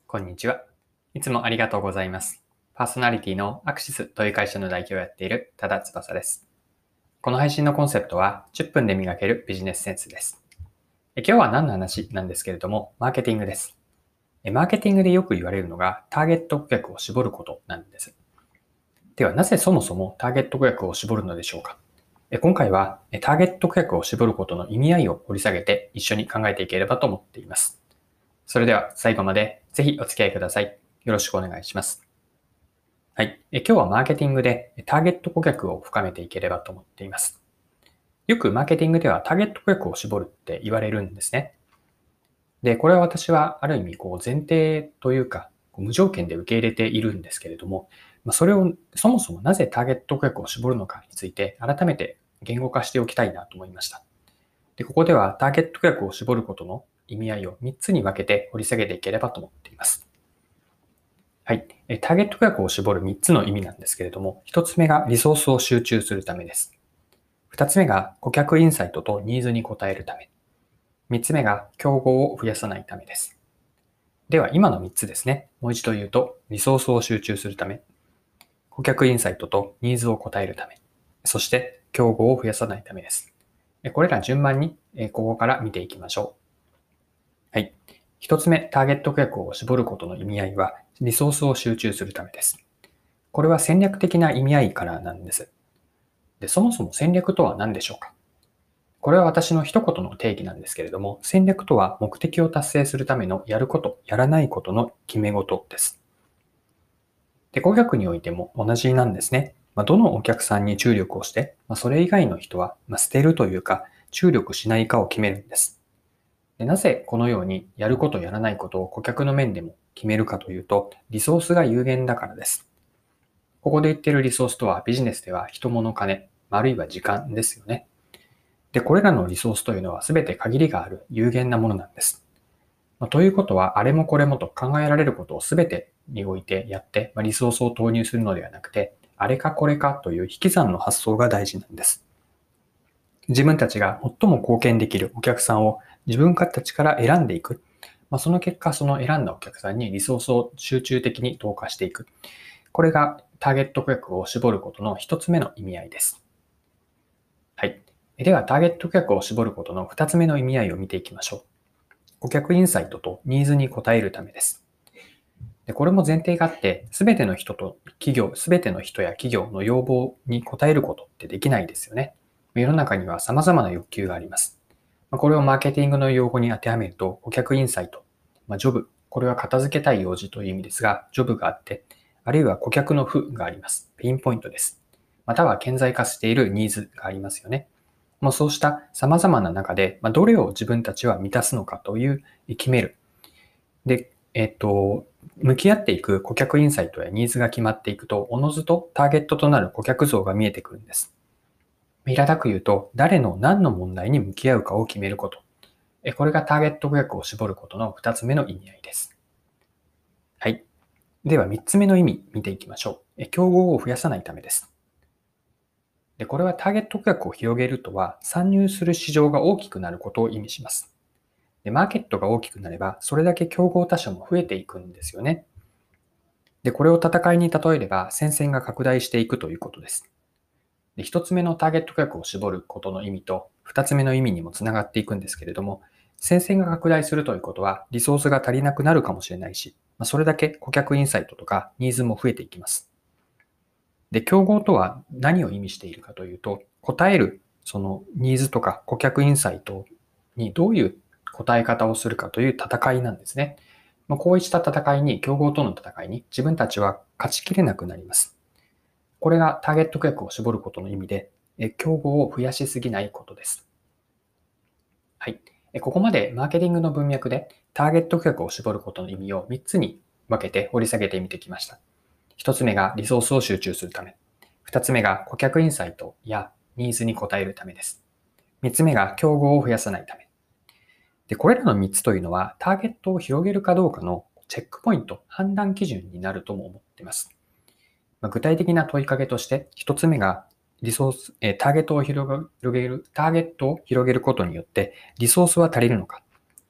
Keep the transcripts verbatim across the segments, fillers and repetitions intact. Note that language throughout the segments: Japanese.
こんにちは。いつもありがとうございます。パーソナリティのアクシスという会社の代表をやっている多田翼です。この配信のコンセプトはじゅっぷんで磨けるビジネスセンスです。今日は何の話なんですけれども、マーケティングです。マーケティングでよく言われるのがターゲット顧客を絞ることなんです。ではなぜそもそもターゲット顧客を絞るのでしょうか。今回はターゲット顧客を絞ることの意味合いを掘り下げて一緒に考えていければと思っています。それでは最後までぜひお付き合いください。よろしくお願いします。はい。今日はマーケティングでターゲット顧客を深めていければと思っています。よくマーケティングではターゲット顧客を絞るって言われるんですね。で、これは私はある意味こう前提というか無条件で受け入れているんですけれども、それをそもそもなぜターゲット顧客を絞るのかについて改めて言語化しておきたいなと思いました。で、ここではターゲット顧客を絞ることの意味合いをみっつに分けて掘り下げていければと思っています。はい。ターゲット顧客を絞るみっつの意味なんですけれども、ひとつめがリソースを集中するためです。ふたつめが顧客インサイトとニーズに応えるため。みっつめが競合を増やさないためです。では今のみっつですね。もう一度言うと、リソースを集中するため、顧客インサイトとニーズを応えるため、そして競合を増やさないためです。これら順番にここから見ていきましょう。はい。ひとつめ、ターゲット顧客を絞ることの意味合いは、リソースを集中するためです。これは戦略的な意味合いからなんです。で、そもそも戦略とは何でしょうか。これは私の一言の定義なんですけれども、戦略とは目的を達成するためのやること、やらないことの決め事です。で、顧客においても同じなんですね。まあ、どのお客さんに注力をして、まあ、それ以外の人は捨てるというか、注力しないかを決めるんです。で、なぜこのようにやることやらないことを顧客の面でも決めるかというと、リソースが有限だからです。ここで言っているリソースとはビジネスでは人物金、あるいは時間ですよね。で、これらのリソースというのは全て限りがある有限なものなんです。まあ、ということは、あれもこれもと考えられることを全てにおいてやって、まあ、リソースを投入するのではなくて、あれかこれかという引き算の発想が大事なんです。自分たちが最も貢献できるお客さんを自分たちから選んでいく。まあ、その結果、その選んだお客さんにリソースを集中的に投下していく。これがターゲット顧客を絞ることの一つ目の意味合いです。はい。では、ターゲット顧客を絞ることの二つ目の意味合いを見ていきましょう。顧客インサイトとニーズに応えるためです。で、これも前提があって、すべての人と企業、すべての人や企業の要望に応えることってできないですよね。世の中には様々な欲求があります。これをマーケティングの用語に当てはめると、顧客インサイト、まあ、ジョブ、これは片付けたい用事という意味ですが、ジョブがあって、あるいは顧客の負があります。ペインポイントです。または顕在化しているニーズがありますよね。もうそうした様々な中で、まあ、どれを自分たちは満たすのかという決める。で、えっと、向き合っていく顧客インサイトやニーズが決まっていくと、おのずとターゲットとなる顧客像が見えてくるんです。平たく言うと、誰の何の問題に向き合うかを決めること。これがターゲット顧客を絞ることの二つ目の意味合いです。はい。では三つ目の意味見ていきましょう。競合を増やさないためです。で、これはターゲット顧客を広げるとは、参入する市場が大きくなることを意味します。で、マーケットが大きくなれば、それだけ競合他社も増えていくんですよね。で、これを戦いに例えれば、戦線が拡大していくということです。で、一つ目のターゲット顧客を絞ることの意味と、二つ目の意味にもつながっていくんですけれども、戦線が拡大するということは、リソースが足りなくなるかもしれないし、それだけ顧客インサイトとかニーズも増えていきます。で、競合とは何を意味しているかというと、答えるそのニーズとか顧客インサイトにどういう答え方をするかという戦いなんですね。まあ、こうした戦いに、競合との戦いに自分たちは勝ちきれなくなります。これがターゲット顧客を絞ることの意味で、競合を増やしすぎないことです。はい。ここまでマーケティングの文脈でターゲット顧客を絞ることの意味をみっつに分けて掘り下げてみてきました。ひとつめがリソースを集中するため。ふたつめが顧客インサイトやニーズに応えるためです。みっつめが競合を増やさないため。で、これらのみっつというのはターゲットを広げるかどうかのチェックポイント、判断基準になるとも思っています。まあ、具体的な問いかけとして、ひとつめがリソース、えターゲットを広げる、ターゲットを広げることによってリソースは足りるのか。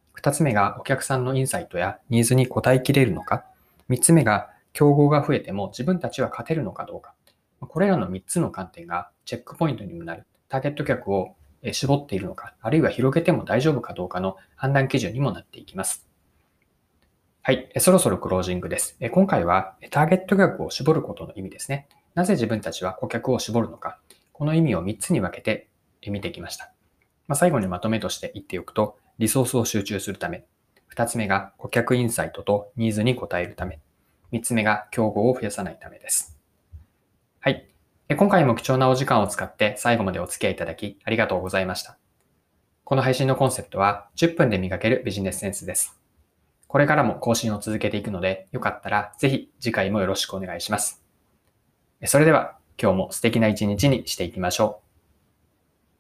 二つ目がお客さんのインサイトやニーズに応えきれるのか。三つ目が競合が増えても自分たちは勝てるのかどうか。これらの三つの観点がチェックポイントにもなる。ターゲット客を絞っているのか、あるいは広げても大丈夫かどうかの判断基準にもなっていきます。はい、そろそろクロージングです。今回はターゲット客を絞ることの意味ですね。なぜ自分たちは顧客を絞るのか、この意味をみっつに分けて見てきました。まあ、最後にまとめとして言っておくと、リソースを集中するため。二つ目が顧客インサイトとニーズに応えるため。三つ目が競合を増やさないためです。はい。今回も貴重なお時間を使って最後までお付き合いいただきありがとうございました。この配信のコンセプトはじゅっぷんで磨けるビジネスセンスです。これからも更新を続けていくので、よかったらぜひ次回もよろしくお願いします。それでは今日も素敵な一日にしていきましょう。